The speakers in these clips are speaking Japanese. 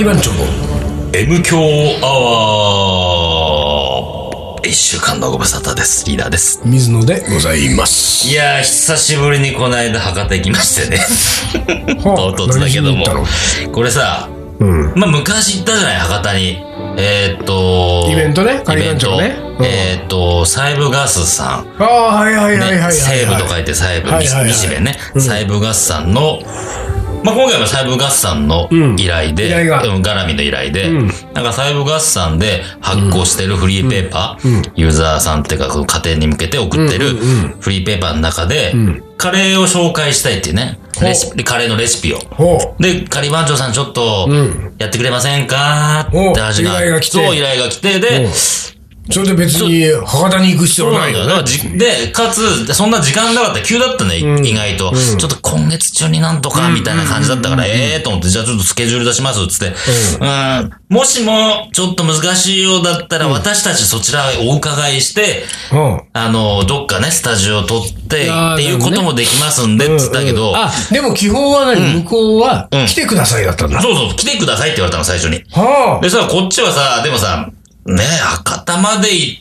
番長の M 強アワー。一週間のご無沙汰です。リーダーです。 水野でございます。 いやー、久しぶりにこの間博多行きましてね。唐突だけども。これさ、まあ、昔行ったじゃない、博多に。 イベントね、仮番長ね。 西部ガスさん。 ああ、はいはいはいはい。 西部と書いて西部、西部ね。西部ガスさんの、まあ、今回は西部ガスさんの依頼で、絡みの依頼で、なんか西部ガスさんで発行してるフリーペーパー、ユーザーさんっていうか、家庭に向けて送ってるフリーペーパーの中で、カレーを紹介したいっていうね、カレーのレシピを。で、仮番長さんちょっと、やってくれませんかって話が。そう、依頼が来て、で、 それで別に博多に行く必要ないよね。 で、かつ、そんな時間なかったら急だったね、意外と。ちょっと今月中になんとか、みたいな感じだったから、と思って、じゃあちょっとスケジュール出します、つって。もしも、ちょっと難しいようだったら、私たちそちらへお伺いして、どっかね、スタジオ撮って、っていうこともできますんで、つったけど。 でも基本は何？向こうは、来てくださいだったんだ。 そうそう、来てくださいって言われたの、最初に。でさ、こっちはさ、でもさ、ねえ、博多まで行って、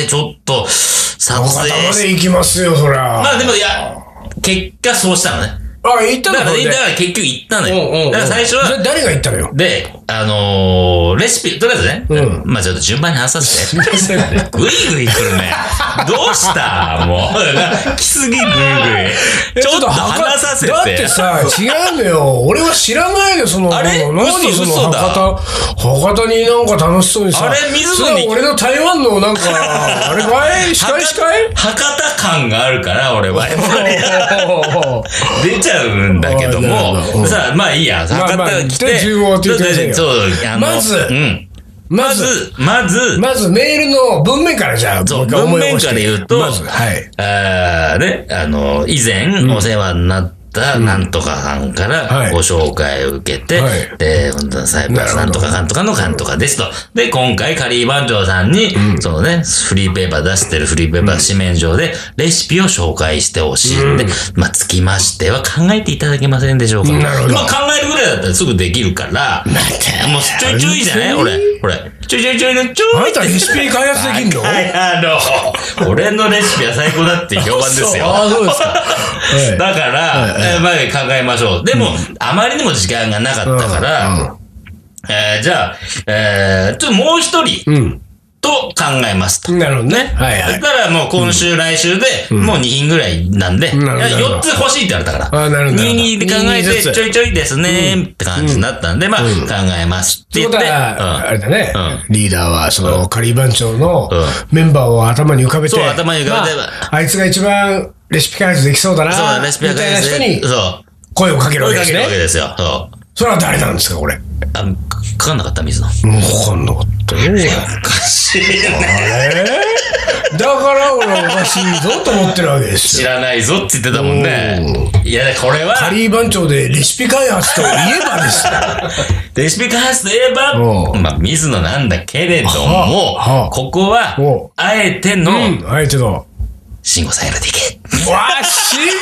ちょっと、撮影。 博多まで行きますよ、そりゃ。 まあでも、いや、結果そうしたのね。 行ったのだから結局行ったのよ。だから最初は。 誰が行ったのよ。 で、レシピ、とりあえずね。まあちょっと順番に話させて。ぐいぐい来るね。どうしたもう。来すぎぐいぐい。ちょっと話させて。 だってさ、違うのよ。俺は知らないよ、その。 あれ何その博多になんか楽しそうにさ。 あれ水野に。 俺の台湾のなんか、あれかい司会博多感があるから、俺は。出ちゃうんだけども。さあ、まあいいや。博多来て。そう、まず、 メールの文面からじゃあ、 文面から言うと、以前お世話になったなんとかさんからご紹介を受けて、で、本当にサイバーなんとかかんとかのかんとかですと。で、今回、カリー番長さんに、そのね、フリーペーパー出してるフリーペーパー紙面上で、レシピを紹介してほしいんで、まあ、つきましては考えていただけませんでしょうか。 なるほど。 まあ、考えるぐらいだったらすぐできるから、もうちょいちょいじゃない俺。ちょい。 あんたレシピ開発できんの？ 俺のレシピは最高だって評判ですよ。 そうですか。 だから、まあ考えましょう。でも、あまりにも時間がなかったから、じゃあ、ちょっともう一人、と考えますと。 なるほどね。はいはい。 だからもう今週来週で、もう2品ぐらいなんで、4つ欲しいって言われたら。2で考えて、ちょいちょいですね、って感じになったんで、まあ、考えますって言って。 あれだね。リーダーは、その、カリー番長のメンバーを頭に浮かべて。 そう、頭に浮かべて。 あいつが一番レシピ開発できそうだな。 そう、レシピ開発みたいな人に、声をかけるわけですね。 声をかけるわけですよ。 それは誰なんですか、これ。 かかんなかった水野。 わかんなかったよ。 おかしいね。 だから俺はおかしいぞと思ってるわけですよ。知らないぞって言ってたもんね。いや、これは。 カリー番長でレシピ開発といえばですよ。 レシピ開発といえば、まあ、水野なんだけれども、ここは、あえての、慎吾さん LDK。 わあ、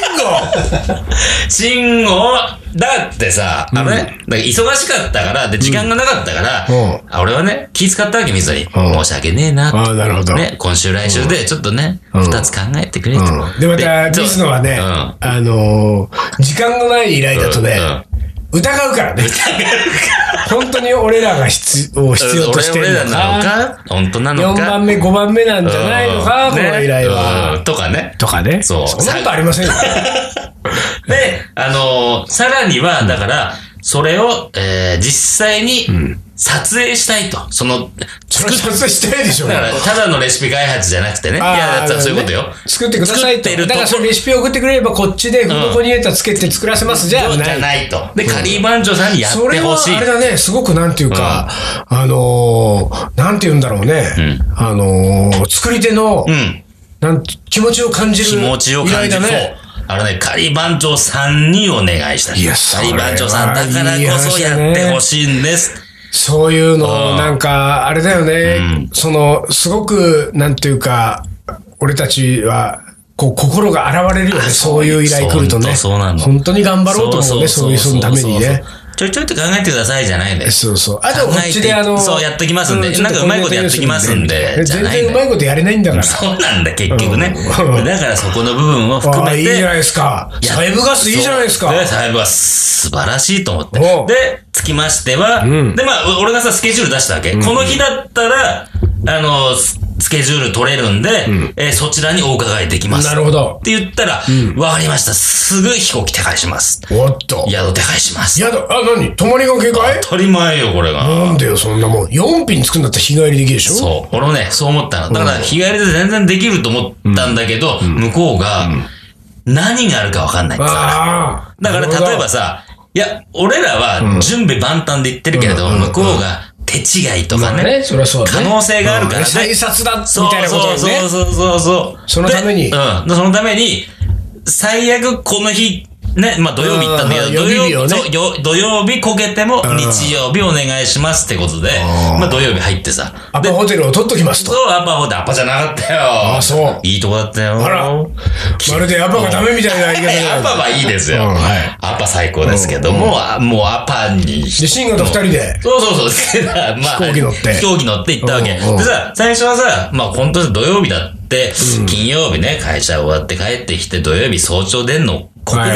慎吾だってさ、だから忙しかったから、で、時間がなかったから、俺はね、気遣ったわけ、水野に。申し訳ねえな。 なるほど。 ね、今週来週で、ちょっとね、2つ考えてくれと。 で、また、水野はね、時間のない依頼だとね、疑うからね。本当に俺らが必要としてるのか。 本当なのか。 4番目、5番目なんじゃないのか、この依頼は。 とかね。 そう。そんなことありませんよ。 で、さらには、だから、それを、実際に、撮影したいと。 撮影したいでしょ。 だから、ただのレシピ開発じゃなくてね。いや、そういうことよ。 作ってくださいと。だから、そのレシピを送ってくれれば、こっちで、ここに入れたつけて作らせますじゃないと。で、カリー番長さんにやってほしい。 それは、あれだね、すごくなんていうか、なんて言うんだろうね。作り手の、気持ちを感じる。 気持ちを感じる。そう。カリー番長さんにお願いした。カリー番長さんだからこそやってほしいんです。 そういうの、なんか、あれだよね。すごく、なんていうか、俺たちは、心が洗われるよね。そういう依頼来るとね。本当に頑張ろうと思うね。そういう人のためにね。 ちょいちょいと考えてくださいじゃないんだよ。 そうそう。あとこっちでそう、やっときますんで。なんかうまいことやっときますんで。 全然うまいことやれないんだから。 そうなんだ、結局ね。だからそこの部分を含めて。 いいじゃないですか。サイブガスいいじゃないですか。 サイブガス素晴らしいと思って。で、つきましては、で、まあ、俺がさ、スケジュール出したわけ。この日だったら、スケジュール取れるんで、そちらにお伺いできます。 なるほど。 って言ったら、わかりました。すぐ飛行機手配します。 おっと。 宿手配します。 何泊まりがけかい？ 当たり前よ、これが。 なんでよ、そんなもん。4品作るんだったら日帰りできるでしょ？ そう。俺もね、そう思ったの。だから、日帰りで全然できると思ったんだけど、向こうが、何があるかわかんないってさ。だから、例えばさ、いや、俺らは準備万端で言ってるけれど、向こうが、手違いとかね。 そりゃそうだね。 可能性があるからね。 再札だ、みたいなことね。 そう。 そのために。 そのために、最悪この日、ね、まあ土曜日行ったんだけど、土曜日こけても日曜日お願いしますってことで、まあ土曜日入ってさ。 アパホテルを取っときますと。 そう、アパホテル、アパじゃなかったよ。 あ、そう。 いいとこだったよ。 あら。まるでアパがダメみたいな言い方で。 アパはいいですよ。アパ最高ですけども、もうアパに。で、 シンゴと二人で。 そう。 飛行機乗って。 飛行機乗って行ったわけ。でさ、最初はさ、まあ本当に土曜日だって、金曜日ね、会社終わって帰ってきて土曜日早朝出んの。酷だから、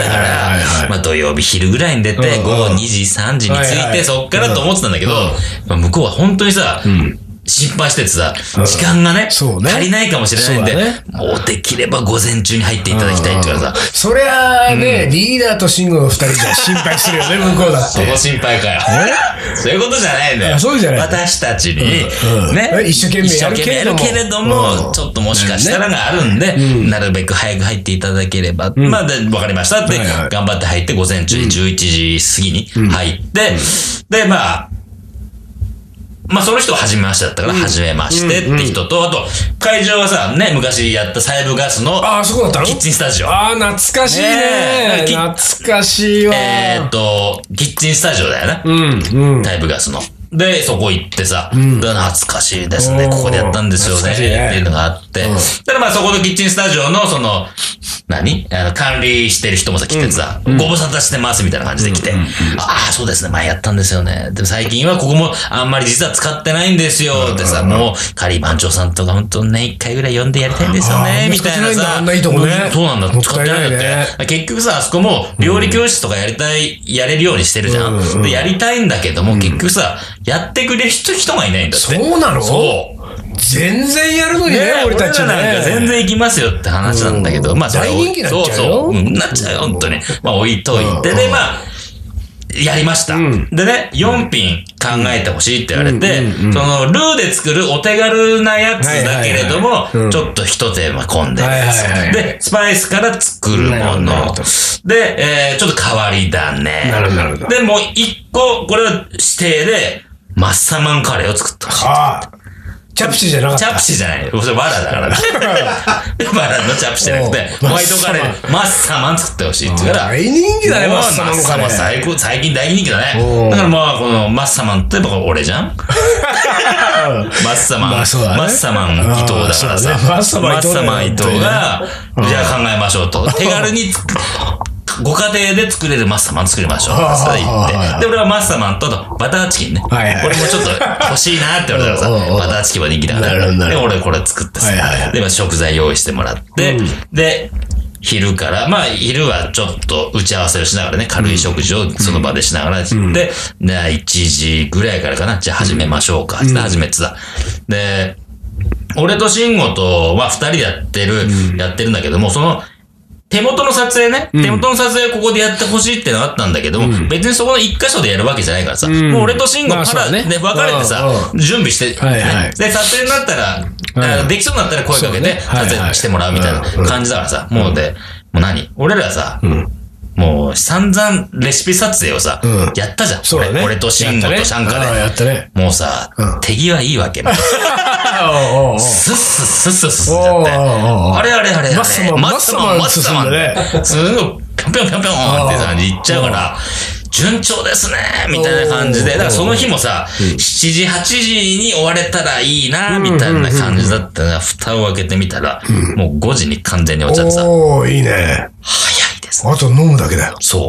まあ土曜日昼ぐらいに出て、午後2時、3時に着いて、そっからと思ってたんだけど、向こうは本当にさ、心配しててさ、時間がね、足りないかもしれないんで、もうできれば午前中に入っていただきたいって言うからさ。 そりゃあね、リーダーとシンゴの二人じゃ心配するよね、向こうだって。 そこ心配かよ。そういうことじゃないんだよ。 そうじゃない。 私たちに、ね、 一生懸命やるけれども、ちょっともしかしたらがあるんで、なるべく早く入っていただければ、まあ、わかりましたって、頑張って入って午前中に11時過ぎに入って、で、まあその人は初めましてだったから、初めましてって人と、あと、会場はさ、ね、昔やったサイブガスの、キッチンスタジオ。 懐かしいね。懐かしいわ。 キッチンスタジオだよね。サイブガスの。で、そこ行ってさ、懐かしいですね、ここでやったんですよね、っていうのがあって。だからまあそこのキッチンスタジオの、管理してる人もさ、来てさ、ご無沙汰してますみたいな感じで来て、ああ、そうですね、前やったんですよね。でも最近はここもあんまり実は使ってないんですよ、ってさ、もう、カリー番長さんとか本当ね、一回ぐらい呼んでやりたいんですよね、みたいなさ。 あんないいとこね。 そうなんだ、使ってないんだって。結局さ、あそこも料理教室とかやれるようにしてるじゃん。で、やりたいんだけども、結局さ、やってくれる人がいないんだって。 そうなの？ そう。 全然やるのにね、俺たちね。 なんか全然行きますよって話なんだけど、まあ大人気になっちゃうよ。 なっちゃうよ、本当に。まあ置いといて、で、まあ、やりました。でね、4品考えてほしいって言われて、その、ルーで作るお手軽なやつだけれども、ちょっと一手間込んでるやつ。で、スパイスから作るもの。で、ちょっと変わり種。で、もう一個、これは指定で、マッサマンカレーを作ってほしい。 チャプチじゃなかった。 チャプチじゃない。それバラだから。バラのチャプチじゃなくて、ホワイトカレー、マッサマン作ってほしいって言うから。 大人気だね、マッサマンカレー。最近大人気だね。だからまあ、このマッサマンって俺じゃんマッサマン。マッサマン伊藤だからさ。マッサマン伊藤が、じゃあ考えましょうと。手軽にご家庭で作れるマッサマン作りましょう。そう言って。で、俺はマッサマンとバターチキンね。これもちょっと欲しいなって言われたからさ、バターチキンは人気だから。で、俺これ作ってさ。で、食材用意してもらって、で、昼から、まあ、昼はちょっと打ち合わせをしながらね、軽い食事をその場でしながらで、1時ぐらいからかな。じゃあ始めましょうか。って始めてさ。で、俺と慎吾とは2人でやってるんだけども、その、手元の撮影ね。手元の撮影をここでやってほしいってのがあったんだけども、別にそこの一箇所でやるわけじゃないからさ、もう俺と慎吾からで分かれてさ、準備して、で、撮影になったら、できそうになったら声かけて、撮影してもらうみたいな感じだからさ、もう何俺らさ、もう散々レシピ撮影をさ、やったじゃん。俺と慎吾とシャンカで。もうさ、手際いいわけ。スッスッちゃって。あれ。マッサマン。すごい、ぴょんぴょんってさ、言っちゃうから、順調ですねみたいな感じで。だからその日もさ、7時、8時に終われたらいいなみたいな感じだったら、蓋を開けてみたら、もう5時に完全に終わっちゃってさ。 いいね。 早いです。 あと飲むだけだよ。 そう。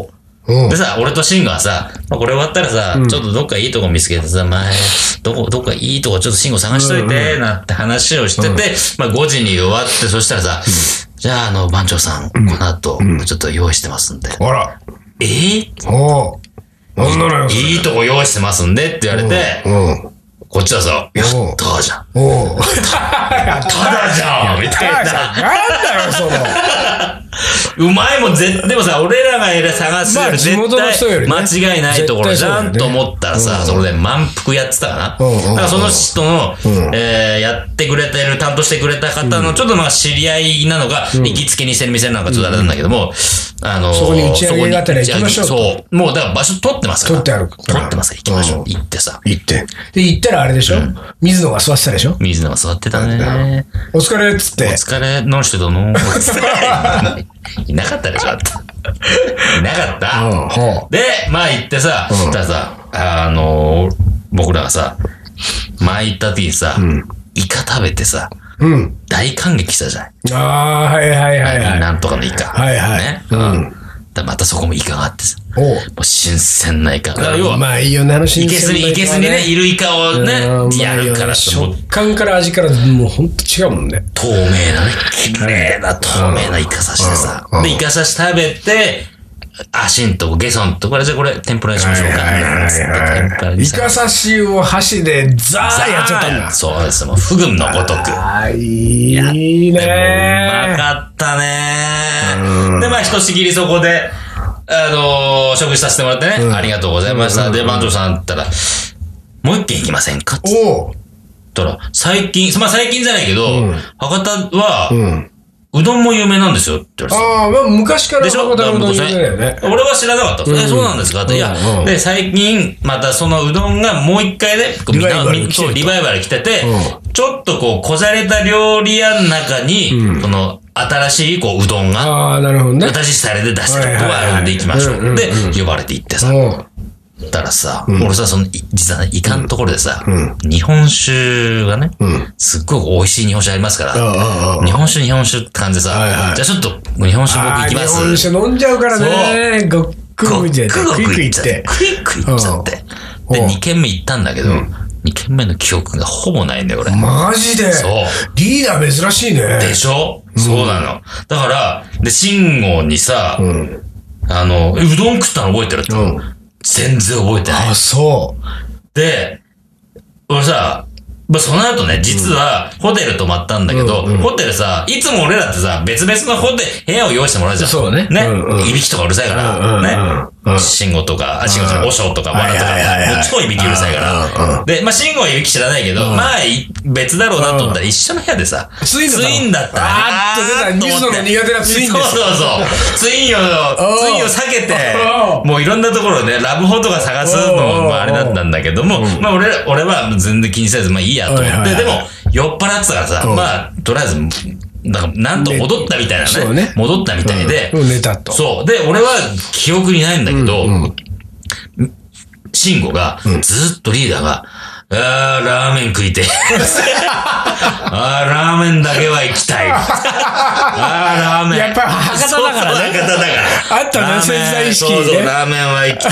でさ、俺と慎吾はさ、これ終わったらさ、ちょっとどっかいいとこ見つけてさ、どっかいいとこちょっと慎吾探しといて、なんて話をしてて、5時に終わって、そしたらさ、じゃあ番長さん、この後、ちょっと用意してますんで。 あら。 いいとこ用意してますんでって言われて、こっちはさ、やったじゃん。ただじゃんみたいな。 なんだよ、その。 うまいもん、でもさ、俺らが探すより絶対間違いないところじゃんと思ったらさ、それで満腹やってたかな。だからその人の、やってくれてる、担当してくれた方の、ちょっとなんか知り合いなのか、行きつけにしてる店なのかちょっとあれなんだけども、 そこに打ち上げがあったら行きましょう。 そう。もうだから場所取ってますから。取ってますから行きましょう。行ってさ。 行って。で、行ったらあれでしょ、水野が座ってたでしょ。 水野が座ってたね。 お疲れっつって。 お疲れ、何してたのいなかったでしょいなかった。で、行ってさ、そしたらさ、僕らがさ、前行った時にさ、イカ食べてさ、大感激したじゃん。 はい。 なんとかのイカ。ね。またそこもイカがあってさ。もう新鮮なイカ。要は、 いいよね、新鮮なイカ。 いけすにね、いるイカをね、やるから。 食感から味からもうほんと違うもんね。 透明なね、綺麗な透明なイカ刺しでさ。で、イカ刺し食べて、足んとゲソンと、これ天ぷらにしましょうか。 イカ刺しを箸でザーやっちゃったんだ。 そうです、もうフグのごとく。 いいね。 うまかったね。で、ひとしきりそこで、食事させてもらってね、ありがとうございました。で、番長さんって言ったら、もう一軒行きませんかって言ったら、最近じゃないけど、博多は、うどんも有名なんですよって言われて。 昔から博多のうどん有名だよね。 俺は知らなかった。そうなんですかって。いや、で、最近、またそのうどんがもう一回ね、リバイバル来てて、ちょっとこじゃれた料理屋の中に、この、新しいうどんが、私スタイルで出してるとこがあるんで行きましょう。で、呼ばれて行ってさ。だからさ、俺さ、実はね、いかんところでさ、日本酒がね、すっごく美味しい日本酒ありますから、日本酒って感じでさ、じゃあちょっと日本酒僕行きます。 日本酒飲んじゃうからね。ごっくいっちゃって。 クイックいっちゃって。で、2軒目行ったんだけど、2軒目の記憶がほぼないんだよ、俺。 マジで？そう。リーダー珍しいね。 でしょ？そうなの。だから、で、慎吾にさ、うどん食ったの覚えてるって。全然覚えてない。 そう。 で、俺さ、その後ね、実は、ホテル泊まったんだけど、ホテルさ、いつも俺らってさ、別々の部屋を用意してもらうじゃん。 そうね。 ね。いびきとかうるさいから、ね。慎吾とか、慎吾じゃない、おしょうとか、わらとか、もう超いびきうるさいから。で、慎吾はいびき知らないけど、別だろうなと思ったら一緒の部屋でさ、ツインだった。 水野の苦手なツインです。 そう。ツインを避けて、もういろんなところでラブホとか探すのもあれだったんだけども、俺は全然気にせず、いいやと思って、でも、酔っ払ってたからさ、とりあえず、なんと戻ったみたいなね。戻ったみたいで。 寝たと。 そう。で、俺は記憶にないんだけど、慎吾が、ずっとリーダーが、ラーメン食いて。ラーメンだけは行きたい。ラーメン。 やっぱ博多だからね。 博多だから。 あったね、潜在意識。 そう、ラーメンは行くぞ。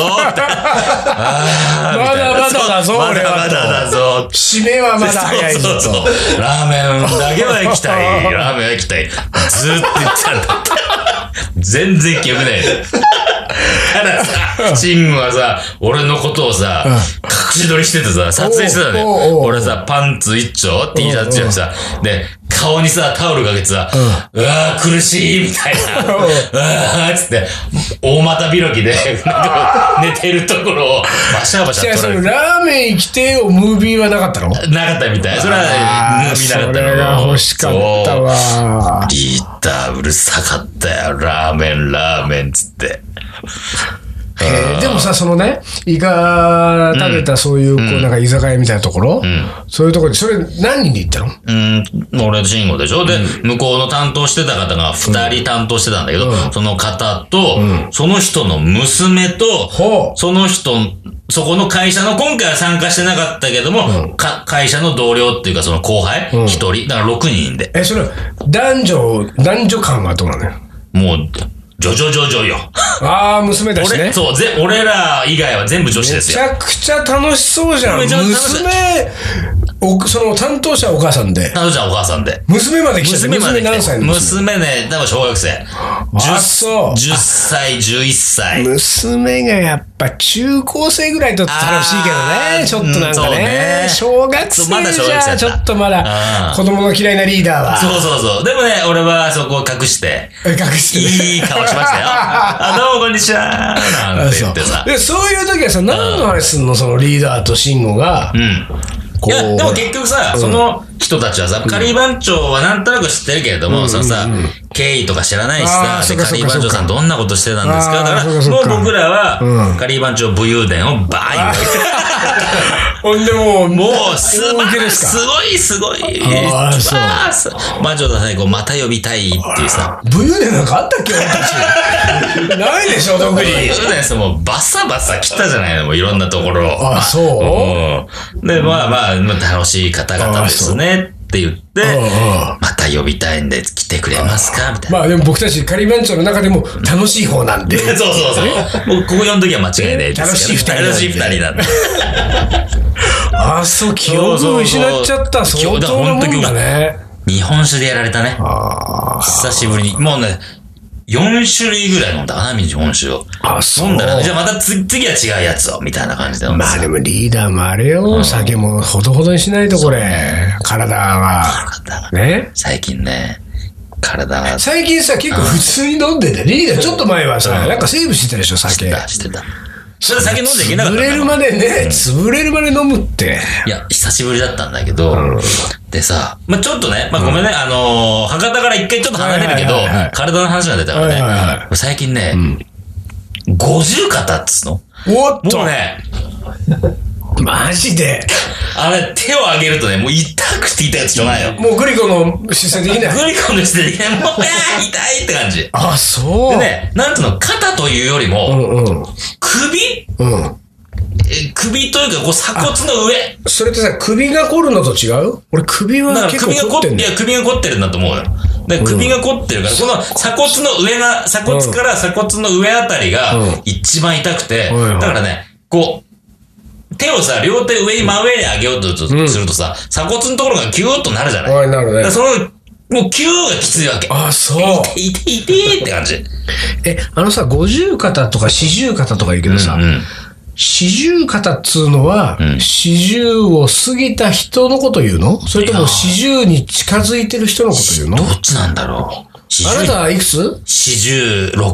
まだまだだぞ、俺は。 まだだぞ。 締めはまだ早いぞ。 ラーメンだけは行きたい。ラーメンは行きたい。ずーっと言ってたんだ。全然記憶ない。たださ、慎吾はさ、俺のことをさ、隠し撮りしててさ、撮影してたね。俺さ、パンツ一丁、T シャツ着てさ、で、顔にさ、タオルかけてさ、うわー苦しいみたいな。うわーつって、大股開きで、寝てるところを、バシャバシャ撮られて。 ラーメン行きてよ、ムービーはなかったの？ なかったみたい。それは、ムービーなかったの。 それが欲しかったわ。 リーダーうるさかったよ。ラーメンつって。 でもさ、そのね、イカ食べたそういう、なんか居酒屋みたいなところ、そういうところで、それ何人で行ったの？ 俺と慎吾でしょ。で、向こうの担当してた方が2人担当してたんだけど、その方と、その人の娘と、そこの会社の、今回は参加してなかったけども、会社の同僚っていうかその後輩、1人、だから6人で。 それ、男女感はどうなのよ？ もう、 ジョジョジョジョよ。 ああ、娘だしね。 そう、俺ら以外は全部女子ですよ。 めちゃくちゃ楽しそうじゃん。娘、その担当者お母さんで。 担当者お母さんで。 娘まで来てる。娘何歳の娘ね、多分小学生。 そう。 10歳、11歳。 娘がやっぱ中高生ぐらいと楽しいけどね。ちょっとなんかね。小学生じゃちょっとまだ子供の嫌いなリーダーは。 そうそうそう。でもね、俺はそこを隠して。いい顔しましたよ。どうもこんにちは。なんて言ってさ。 そういう時はさ、何の話すんのそのリーダーと慎吾が。 いや、でも結局さ、その人たちはさ、カリー番長はなんとなく知ってるけれども、そのさ、経緯とか知らないしさ、カリー番長さんどんなことしてたんですかだから、もう僕らは、カリー番長武勇伝をバー言われて。 ほんでもう、 すごい、すごい。番長さんにまた呼びたいっていうさ。 武勇伝なんかあったっけ俺たち。ないでしょ、特に。 武勇伝さ、もうバサバサ来たじゃないのもういろんなところ。 あ、そうで、まあ、楽しい方々ですね。って言って、また呼びたいんで来てくれますかみたいな。 まあでも僕たちカリー番長の中でも楽しい方なんで。 そうそうそう。もうここ呼んときは間違いないです。 楽しい二人なんで。 楽しい二人なんで。 あ、そう、記憶を失っちゃった。相当なもんだね。 日本酒でやられたね。久しぶりに。もうね、4種類ぐらい飲んだかな、日本酒を。あ、そう。飲んだら、じゃあまた次は違うやつを、みたいな感じで飲んで。 まあでもリーダーもあれよ、酒もほどほどにしないとこれ、体が。ね。 最近ね、体が。 最近さ、結構普通に飲んでて、リーダーちょっと前はさ、なんかセーブしてたでしょ、酒。 してた。それ酒飲んじゃいけなかった。 潰れるまでね、潰れるまで飲むって。 いや、久しぶりだったんだけど、でさ、まあちょっとね、まあごめんね、博多から一回ちょっと離れるけど、体の話が出たからね、最近ね、50肩っつうの。 おっともうね、 マジで手を上げるとね、もう痛くて痛いやつじゃないよ。 もうグリコの姿勢できない。 グリコの姿勢できない。もう、痛いって感じ。 あ、そう。 でね、なんていうの、肩というよりも、首首というか、鎖骨の上。 それってさ、首が凝るのと違う？俺首は結構凝ってんね。 いや、首が凝ってるんだと思うよ。で首が凝ってるから、この鎖骨の上が、鎖骨から鎖骨の上あたりが一番痛くて、だからね、手をさ、両手上に真上に上げようとするとさ、鎖骨のところがキューッとなるじゃない。 なるね。 その、もうキューがきついわけ。 あ、そう。 痛いって感じ。 さ、五十肩とか四十肩とか言うけどさ、四十肩っつうのは、四十を過ぎた人のこと言うの？それとも四十に近づいてる人のこと言うの？ どっちなんだろう。 あなたはいくつ ？46。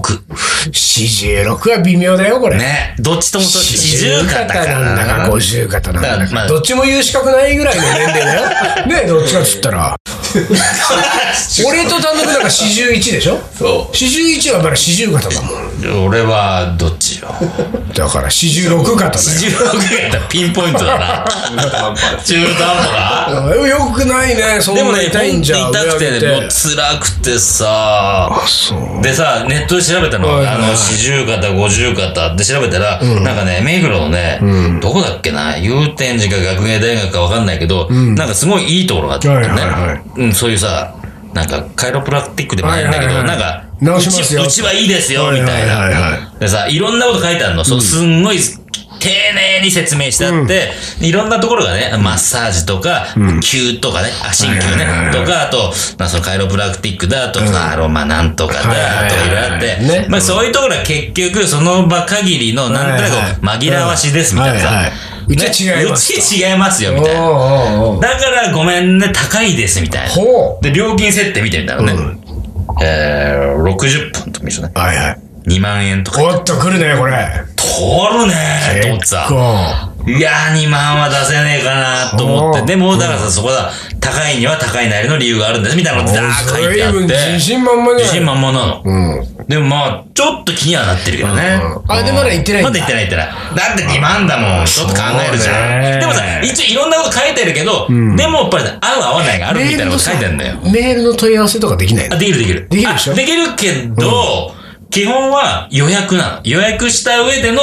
46は微妙だよ、これ。 ね。どっちともそう、 四十肩なんだか、五十肩なんだか。どっちも言う資格ないぐらいの年齢だよ。ねえ、どっちかっつったら。俺と単独なんか41でしょ？そう。41はまだ四十肩だもん。 俺はどっちよ。 だから46肩だよ。 46肩ピンポイントだな。中途半端だ。よくないね、そんな痛いんじゃん。 痛くてね、もう辛くてさ。でさ、ネットで調べたの。四十肩、五十肩って調べたら、なんかね、目黒のね、どこだっけな、祐天寺か学芸大学かわかんないけど、なんかすごいいいところがあったね。そういうさ、なんかカイロプラクティックでもないんだけど、なんか、 直しますよ。 うちはいいですよ、みたいな。でさ、いろんなこと書いてあるの。すんごい、丁寧に説明してあって、いろんなところがね、マッサージとか、灸とかね、鍼灸ね、とか、あと、そのカイロプラクティックだとか、アロマなんとかだとかいろいろあって、まあそういうところは結局、その場限りの、なんとなく紛らわしです、みたいなさ。 うち違います。 うち違いますよ、みたいな。だからごめんね、高いです、みたいな。で、料金設定見てみたらね、60分とか見るね。はいはい。2万円とか。 おっと、来るね、これ。 通るねーと思ってさ。いやー、2万は出せねえかなと思って。でも、だからさ、そこだ、高いには高いなりの理由があるんです、みたいなのが書いてあって。 自信満々じゃん。 自信満々なの。でもまあ、ちょっと気にはなってるけどね。 で、まだ言ってないんだ。 まだ言ってない。だって2万だもん。ちょっと考えるじゃん。でもさ、一応いろんなこと書いてるけど、でもやっぱり合う合わないがあるみたいなこと書いてあるんだよ。 メールの問い合わせとかできないの？ できるできる。 できるでしょ？ できるけど、基本は予約なの。予約した上での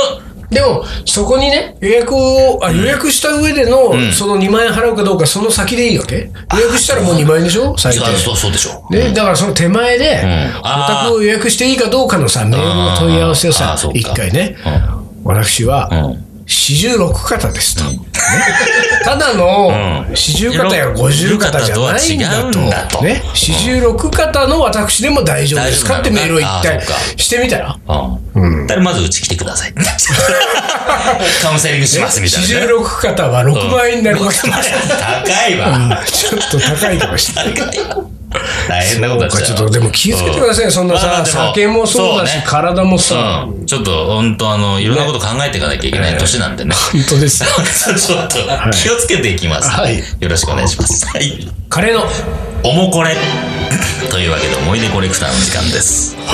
でも、そこにね、予約した上での、その2万円払うかどうか、その先でいいわけ？予約したらもう2万円でしょ？最低。 そうでしょ。 ね、だからその手前で、お宅を予約していいかどうかのさ、メールの問い合わせをさ、一回ね、私は、46肩ですと。ただの40肩や50肩じゃないんだと。ね。46肩の私でも大丈夫ですかってメールを一回してみたら。 まずうち来てください。カウンセリングしますみたいな。 46肩は6万円になります。 高いわ。 ちょっと高いかもしれない。 大変なことだちょっとでも気をつけてくださいよ。そんなさ、酒もそうだし、体もさ。 ちょっと本当いろんなこと考えていかなきゃいけない年なんでね。 本当ですよ。 ちょっと気をつけていきます。よろしくお願いします。 カレーのおもこれというわけで思い出コレクターの時間です。 はい。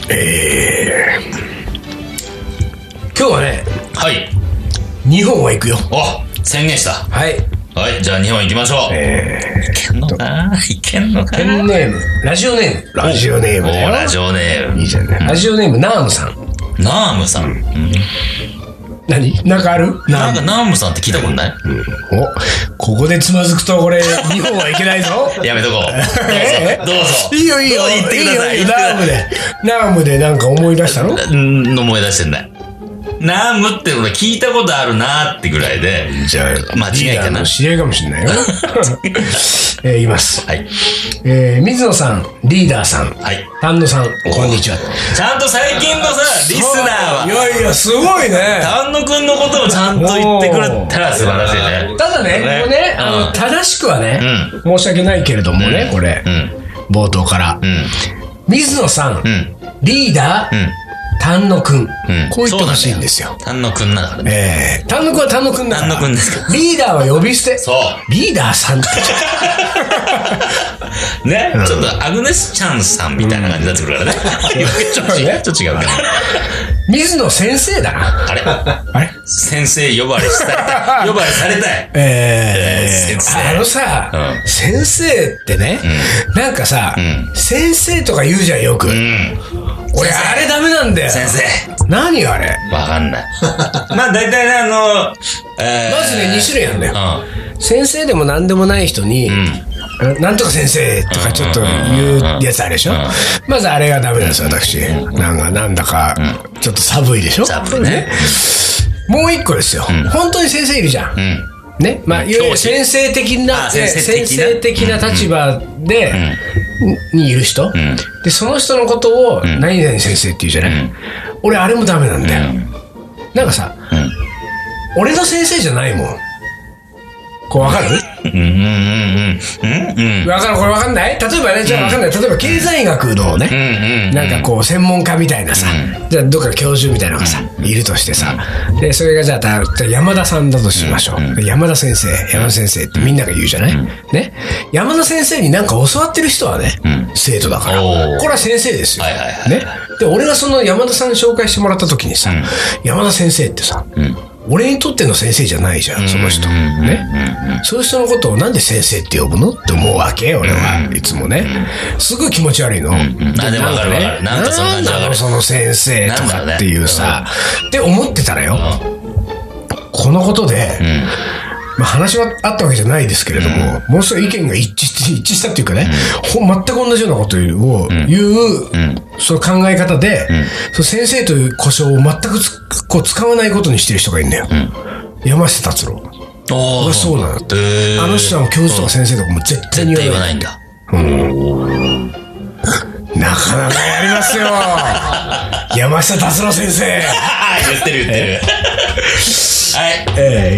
今日はね。 はい。 2本は行くよ。 宣言した。 はい。 はい、じゃあ2本行きましょう。いけんのかペンネーム、ラジオネームだよ。 ラジオネーム。 いいじゃない。ラジオネーム、ナームさん。 ナームさん。 何？なんかある？ なんかナームさんって聞いたことない？ ここでつまずくと俺、2本はいけないぞ。 やめとこう。どうぞ。 いいよ。 言ってください。 ナームでなんか思い出したの？ 思い出してない。ナームって俺聞いたことあるなーってぐらいで。 じゃあ、 間違いかな。 知り合いかもしれないよ。言います。 はい。 水野さん、リーダーさん、丹野さん、こんにちは。 ちゃんと最近のさ、リスナーは。 いや、すごいね。 丹野くんのことをちゃんと言ってくれたら素晴らしいね。 ただね、ここね、正しくはね、申し訳ないけれどもね、これ、冒頭から。水野さん、リーダー、丹野くん。こう言ってほしいんですよ。 丹野くんだからね。 丹野くんは丹野くんだから。 丹野くんですか。 リーダーは呼び捨て。 そう。 リーダーさんって。 ね、ちょっとアグネスちゃんさんみたいな感じになってくるからね。ちょっと違うから。 水野先生だな。 あれ先生呼ばれされたい。 先生。先生ってね、なんかさ、先生とか言うじゃん、よく。俺、あれダメなんだよ。 先生。 何あれ？ わかんない。まあ、大体ね、 まずね、2種類あるんだよ。先生でも何でもない人に、なんとか先生とかちょっと言うやつあるでしょ。まずあれがダメなんですよ、私。なんだか、ちょっと寒いでしょ。 寒いね。 もう一個ですよ。本当に先生いるじゃん。ね。まあ、いわゆる先生的な立場で、にいる人。で、その人のことを、何々先生って言うじゃない。俺、あれもダメなんだよ。なんかさ、俺の先生じゃないもん。これわかる？わかる？これわかんない？例えばね、じゃあわかんない。例えば経済学のね、なんかこう専門家みたいなさ、じゃあどっか教授みたいなのがさ、いるとしてさ、で、それがじゃあ山田さんだとしましょう。山田先生ってみんなが言うじゃない？ね。山田先生になんか教わってる人はね、生徒だから。これは先生ですよ。ね。で、俺がその山田さんに紹介してもらった時にさ、山田先生ってさ、俺にとっての先生じゃないじゃん、その人。ね。そういう人のことをなんで先生って呼ぶのって思うわけ、俺はいつもね。すごい気持ち悪いの。 でもわかるわかる。なんかその感じわかる。 その先生とかっていうさ、って思ってたらよ、このことで、まあ話はあったわけじゃないですけれども、ものすごい意見が一致したっていうかね、全く同じようなことを言う、その考え方で、その先生という呼称を全くこう使わないことにしてる人がいるんだよ。山下達郎。俺そうなんだって。あの人は教授とか先生とかも絶対に言わないんだ。なかなかやりますよ。山下達郎先生。 言ってる。はい。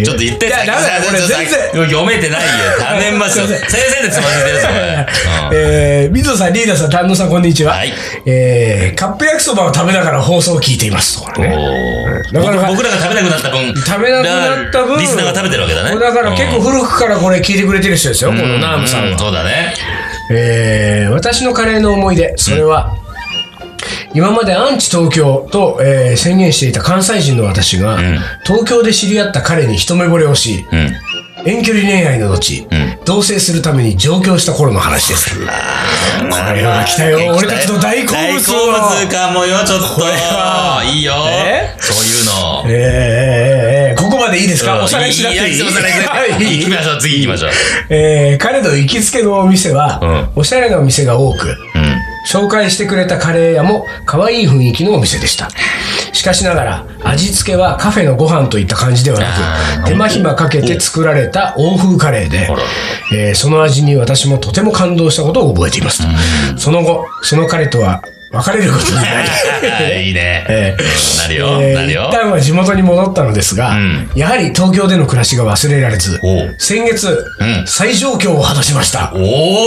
ちょっと言って。 ダメだ、これ全然。 読めてないよ。頼みますよ。先生でつまずいてるぞ、これ。水野さん、リーダーさん、丹野さん、こんにちは。カップ焼きそばを食べながら放送を聞いています。 僕らが食べなくなった分、リスナーが食べてるわけだね。 だから結構古くからこれ聞いてくれてる人ですよ、このナームさんは。 そうだね。 私のカレーの思い出、それは、今までアンチ東京と、宣言していた関西人の私が、東京で知り合った彼に一目惚れをし、 遠距離恋愛の後、同棲するために上京した頃の話です。これは来たよ。俺たちの大好物。 大好物かもよ、ちょっと。いいよ。そういうの。 ここまでいいですか？おさらいしなくていい？ 行きましょう、次行きましょう。 彼の行きつけのお店は、おしゃれなお店が多く、紹介してくれたカレー屋も可愛い雰囲気のお店でした。しかしながら味付けはカフェのご飯といった感じではなく、手間暇かけて作られた欧風カレーで、その味に私もとても感動したことを覚えています。その後その彼とは別れることになりいいね、なるよ、なるよ。 一旦は地元に戻ったのですが、やはり東京での暮らしが忘れられず、先月、再上京を果たしました。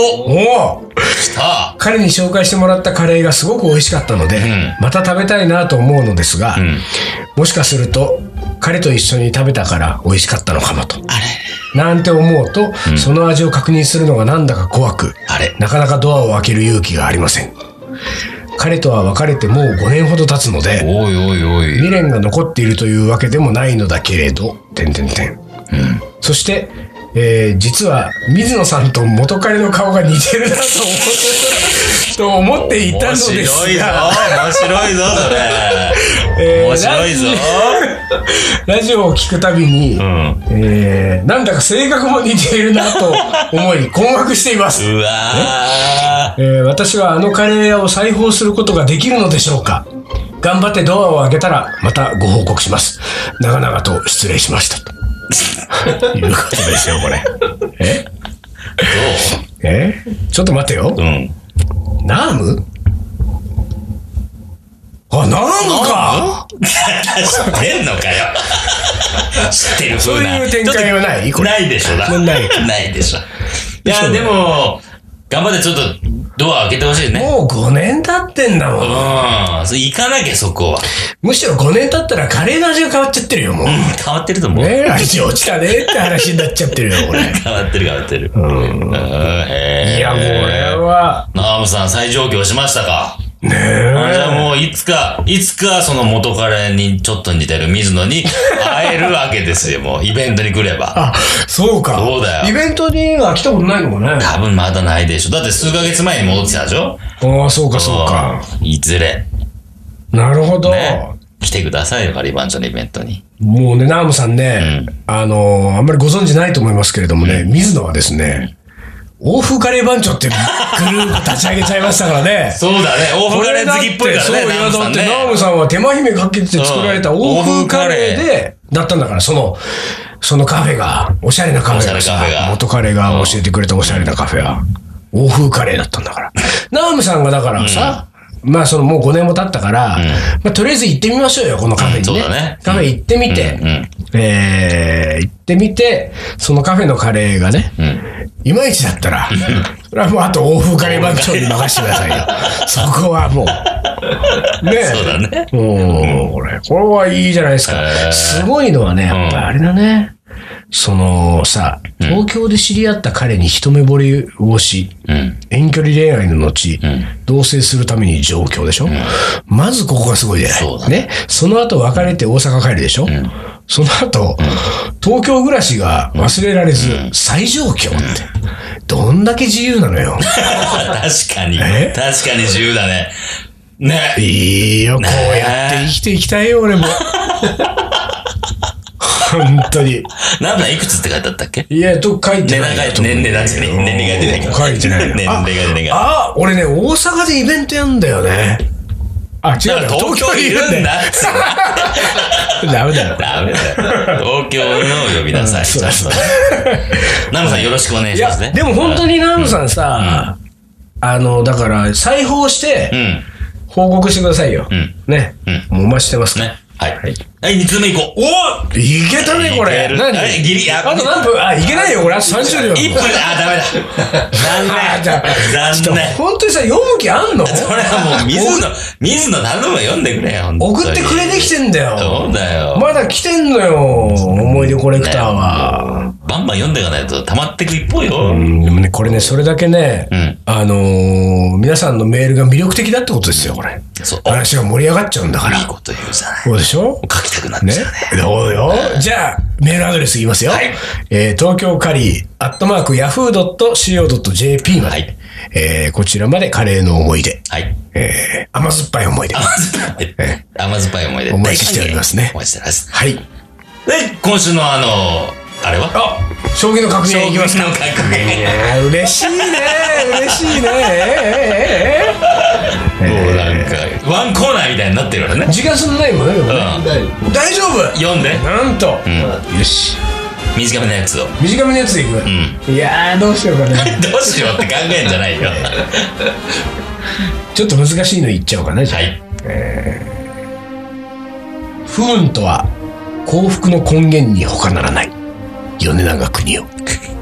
彼に紹介してもらったカレーがすごく美味しかったので、また食べたいなと思うのですが、もしかすると彼と一緒に食べたから美味しかったのかもとなんて思うと、その味を確認するのがなんだか怖く、なかなかドアを開ける勇気がありません。彼とは別れてもう5年ほど経つので、未練が残っているというわけでもないのだけれど、そして、実は水野さんと元彼の顔が似てるなと思っていたのですが、 面白いぞそれ。面白いぞ。 ラジオを聞くたびに、なんだか性格も似ているなと思い困惑しています。私はあのカレー屋を再訪することができるのでしょうか。頑張ってドアを開けたらまたご報告します。長々と失礼しましたということですよ、これ。ちょっと待ってよ。ナーム？ナームか！ 知ってんのかよ。知ってる風な。 そういう展開はない？ ないでしょ。ないでしょ。いや、でも、頑張ってちょっとドア開けてほしいね。 もう5年経ってんだもん。 行かなきゃそこは。 むしろ5年経ったらカレーの味が変わっちゃってるよ、もう。 変わってると思う。 味落ちたねって話になっちゃってるよ、これ。 変わってる。いや、 これは。 ナームさん再上京しましたか？じゃあもういつかその元彼にちょっと似てる水野に会えるわけですよ、もうイベントに来れば。 そうか。 そうだよ。 イベントには来たことないのかね。 多分まだないでしょ。だって数ヶ月前に戻ってたでしょ。 そうか。 いずれ。 なるほど。 来てくださいよ、ガリバンチョのイベントに。 もうね、ナームさんね、あんまりご存知ないと思いますけれどもね、水野はですね、欧風カレー番長っていうグループ立ち上げちゃいましたからね。 そうだね。欧風カレー好きっぽいからね。 そう、だってナームさんは手間暇かけて作られた欧風カレーで、だったんだから、そのカフェが、おしゃれなカフェが、元カレが教えてくれたおしゃれなカフェは、欧風カレーだったんだから。ナームさんがだからさ、もう5年も経ったから、とりあえず行ってみましょうよ、このカフェにね。カフェ行ってみて、そのカフェのカレーがね、いまいちだったら、それはもうあと欧風カレー番長に任せてくださいよ。そこはもう。ね。 そうだね。 これはいいじゃないですか。すごいのはね、やっぱりあれだね。東京で知り合った彼に一目惚れをし、遠距離恋愛の後、同棲するために上京でしょ。まずここがすごいじゃない。ね。その後別れて大阪帰るでしょ。その後、東京暮らしが忘れられず、再上京って。どんだけ自由なのよ。 確かに自由だね。ね。 いいよ、こうやって生きていきたいよ、俺も。本当に。 なんだ、いくつって書いてあったっけ？ いや、書いてない。 年齢だしね。年齢が出ないから。 書いてない。 年齢が出ないから。 俺ね、大阪でイベントやんだよね。違う。 東京いるんだ。 ダメだよ。 東京の呼びなさい。ナムさんよろしくお願いしますね。 でも本当にナムさんさ、だから再訪して、報告してくださいよ。ね。もうお待ちしてますね。 はい。2通目行こう。 いけたね、これ。 何ギリ。 あと何分？いけないよ、これ。あと30秒。 1分。ダメだ。残念。 本当にさ、読む気あんの？ それはもう、水野頼む読んでくれよ。 送ってくれてきてんだよ。 そうだよ。 まだ来てんのよ、思い出コレクターは。 バンバン読んでいかないと溜まってく一方よ。 でもね、これね、それだけね、皆さんのメールが魅力的だってことですよ、これ。 話が盛り上がっちゃうんだから。 いいこと言うじゃない。 そうでしょ？ 書きたくなっちゃうね。 そうよ。じゃあ、メールアドレス言いますよ。東京カリー@yahoo.co.jp まで。こちらまでカレーの思い出。甘酸っぱい思い出。 甘酸っぱい思い出。 お待ちしておりますね。 お待ちしております。 はい。 で、今週のあれは？ 将棋の格言いきますか？嬉しいね。 もうなんかワンコーナーみたいになってるからね。 時間そんなないもんね。大丈夫。 読んで。 なんと。よし。 短めのやつを。 短めのやつでいく。いやー、どうしようかな。 どうしようって考えんじゃないよ。 ちょっと難しいの言っちゃおうかな。じゃあ。不運とは幸福の根源に他ならない。米長邦夫。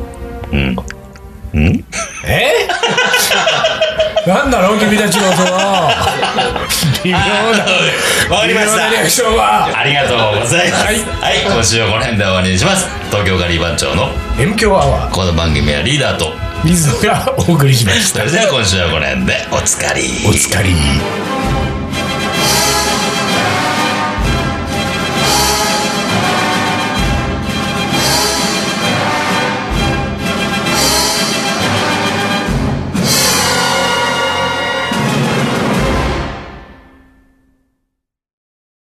なんだろう君たちのその微妙なわかりました。 リアクションはありがとうございます。はい、今週はこの辺で終わりにします。東京カリー番長の M 強アワー。 この番組はリーダーと水野がお送りしました。 それでは今週はこの辺でおつかり。 おつかり。